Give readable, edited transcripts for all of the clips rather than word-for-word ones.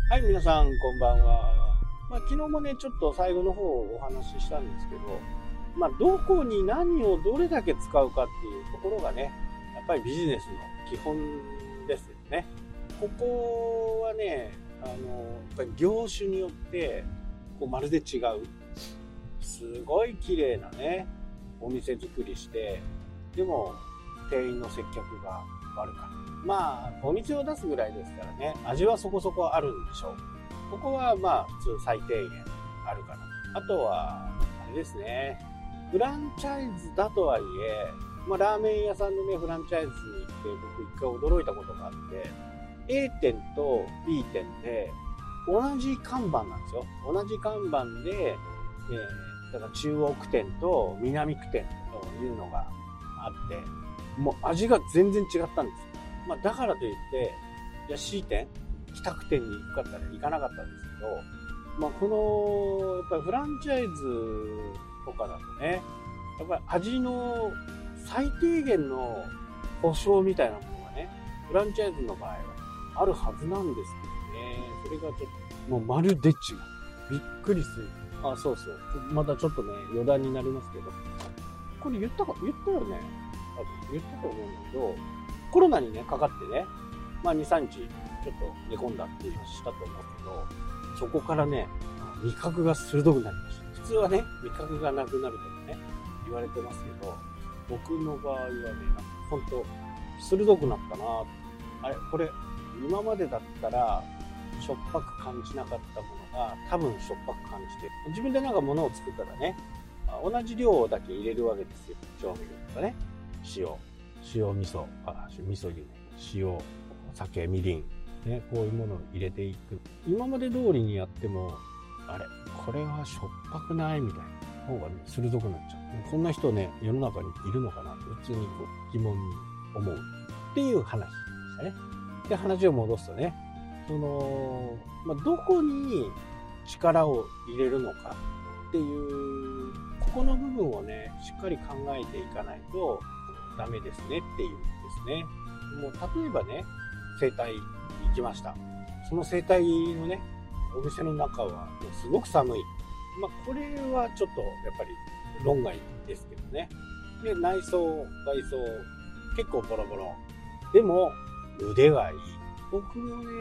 はい、皆さんこんばんは。昨日もね、ちょっと最後の方お話ししたんですけど、どこに何をどれだけ使うかっていうところがね、やっぱりビジネスの基本ですよね。ここはね、やっぱり業種によってまるで違う。すごい綺麗なね、お店作りして、でも店員の接客が悪かった。お店を出すぐらいですからね、味はそこそこあるんでしょう。ここは普通最低限あるかな。あとはあれですね、フランチャイズだとはいえ、ラーメン屋さんのねフランチャイズに行って僕一回驚いたことがあって、 A 店と B 店で同じ看板なんですよ。同じ看板で、だから中央区店と南区店というのがあって、もう味が全然違ったんですよ。だからといって、じゃあ C 店、北区店に行くかったら行かなかったんですけど、このやっぱりフランチャイズとかだとね、やっぱり味の最低限の保証みたいなものがね、フランチャイズの場合はあるはずなんですけどね、それがちょっともうまるで違う。びっくりする。そうそう。またちょっとね、余談になりますけど、これ言ったよね。多分言ったと思うんだけど、コロナにねかかってね、2、3日ちょっと寝込んだっていう話したと思うけど、そこからね味覚が鋭くなりました。普通はね味覚がなくなるとかね言われてますけど、僕の場合はね本当鋭くなったな。あれこれ今までだったらしょっぱく感じなかったものが多分しょっぱく感じて、自分でなんか物を作ったらね、同じ量だけ入れるわけですよ。調味料とかね、塩味噌、味噌牛、塩、酒、みりん、ね、こういうものを入れていく。今まで通りにやっても、あれこれはしょっぱくないみたいな方がね鋭くなっちゃう。こんな人ね世の中にいるのかなって普通に疑問に思うっていう話でしたね。で、話を戻すとね、どこに力を入れるのかっていうここの部分をねしっかり考えていかないとダメですねっていうんですね。もう例えばね、整体行きました。その整体のねお店の中はもうすごく寒い。これはちょっとやっぱり論外ですけどね。で、内装外装結構ボロボロでも腕はいい。僕もね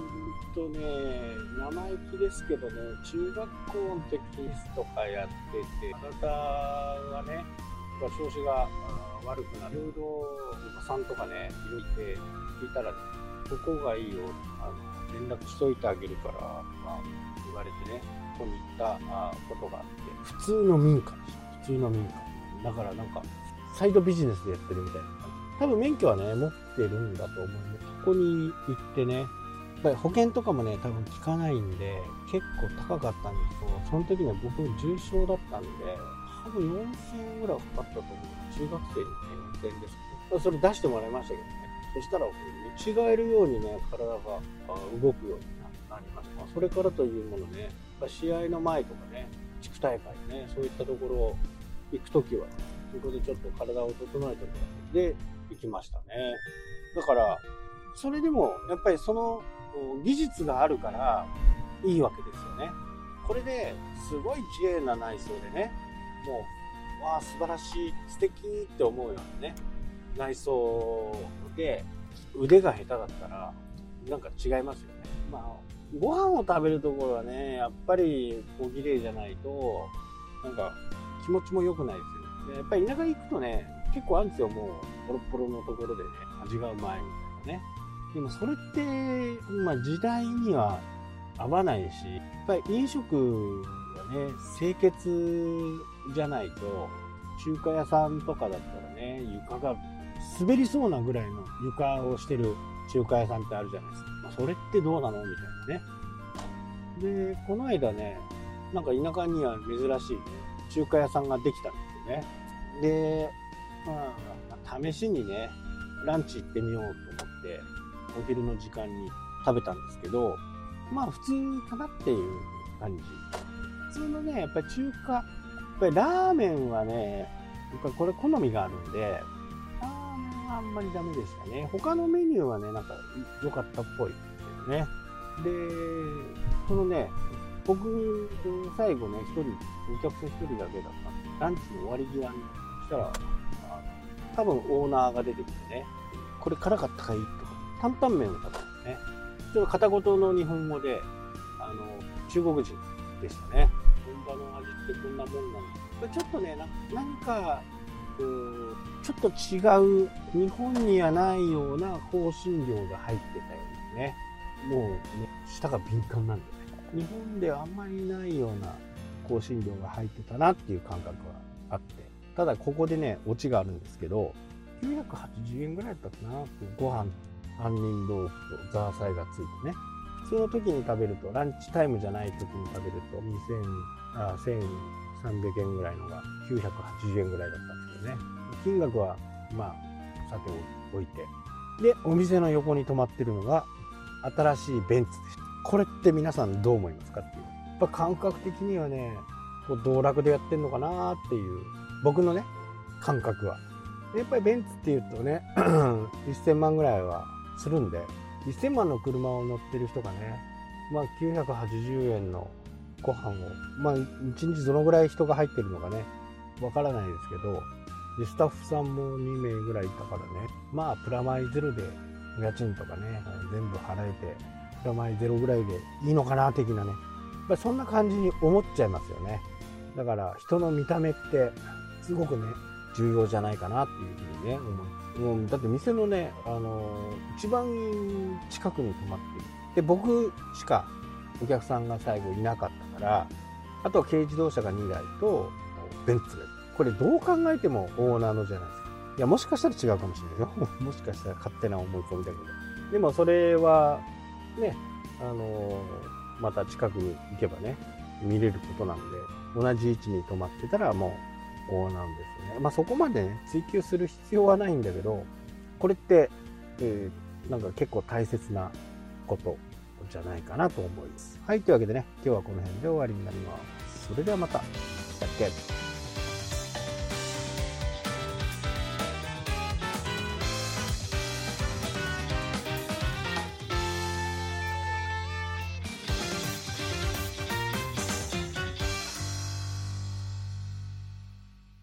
生意気ですけどね、中学校の時とかやってて、体がね調子が悪くなる、いろいろおばさんとかね聞いたら、ね、ここがいいよ、連絡しといてあげるから、言われてね、ここに行ったことがあって、普通の民家でした。普通の民家だからなんかサイドビジネスでやってるみたいな。多分免許はね持ってるんだと思います。ここに行ってね、やっぱり保険とかもね多分効かないんで結構高かったんですけど、その時には僕重症だったんで多分4000円ぐらいかかったと思う。中学生に4000円ですけど、それ出してもらいましたけどね。そしたら見違えるようにね体が動くようになりました。それからというものね、試合の前とかね、地区大会ね、そういったところ行く時は、そこでちょっと体を整えてもらってで行きましたね。だからそれでもやっぱりその技術があるからいいわけですよね。これですごい綺麗な内装でね、もうわあ素晴らしい素敵って思うようなね内装で腕が下手だったらなんか違いますよね。ご飯を食べるところはねやっぱり小綺麗じゃないとなんか気持ちも良くないですよ。でやっぱり田舎に行くとね結構あるんですよ。もうポロポロのところでね味がうまいみたいなね。でもそれって時代には合わないし、やっぱり飲食はね清潔じゃないと、中華屋さんとかだったらね床が滑りそうなぐらいの床をしてる中華屋さんってあるじゃないですか。それってどうなのみたいなね。でこの間ねなんか田舎には珍しい、ね、中華屋さんができたんですよね。で試しにねランチ行ってみようと思ってお昼の時間に食べたんですけど、普通かなっていう感じ。普通のねやっぱり中華、やっぱりラーメンはねやっぱりこれ好みがあるんで、ラーメンはあんまりダメでしたね。他のメニューはねなんか良かったっぽいですけどね。 で、そのね、僕、最後ね、お客さん一人だけだったんで、ランチの終わり際にしたら、多分オーナーが出てきてね、これ辛かったかいとか、担々麺を食べたんですね。ちょっと片言の日本語で、中国人でしたね。本場の味ってこんなもんなんだ。これちょっとね、なんか、ちょっと違う、日本にはないような香辛料が入ってたようなね。もうね、舌が敏感なんでね。日本ではあんまりないような香辛料が入ってたなっていう感覚はあって。ただここでね、オチがあるんですけど、980円ぐらいだったかな。ご飯、杏仁豆腐とザーサイがついてね。その時に食べると、ランチタイムじゃない時に食べると1300円ぐらいのが980円ぐらいだったんですけどね。金額はまあさておいて、でお店の横に止まってるのが新しいベンツでした。これって皆さんどう思いますかっていう、やっぱ感覚的にはね、こう道楽でやってんのかなっていう僕のね感覚は。やっぱりベンツっていうとね1000万ぐらいはするんで、1000万の車を乗ってる人がね、まあ980円のご飯を、まあ1日どのぐらい人が入ってるのかねわからないですけど、でスタッフさんも2名ぐらいいたからね、まあプラマイゼロで家賃とかね全部払えてプラマイゼロぐらいでいいのかな的なね、やっぱりそんな感じに思っちゃいますよね。だから人の見た目ってすごくね重要じゃないかなっていうふうにね思う。だって店のね、一番近くに泊まってるで、僕しかお客さんが最後いなかったから、あとは軽自動車が2台とベンツが、これどう考えてもオーナーのじゃないですか。いや、もしかしたら違うかもしれないよもしかしたら勝手な思い込みだけど、でもそれはね、また近くに行けばね見れることなんで、同じ位置に止まってたらもうオーナーですよね。まあそこまでね追求する必要はないんだけど、これって、なんか結構大切なことじゃないかなと思います。はい、というわけでね、今日はこの辺で終わりになります。それではまた。だっけ。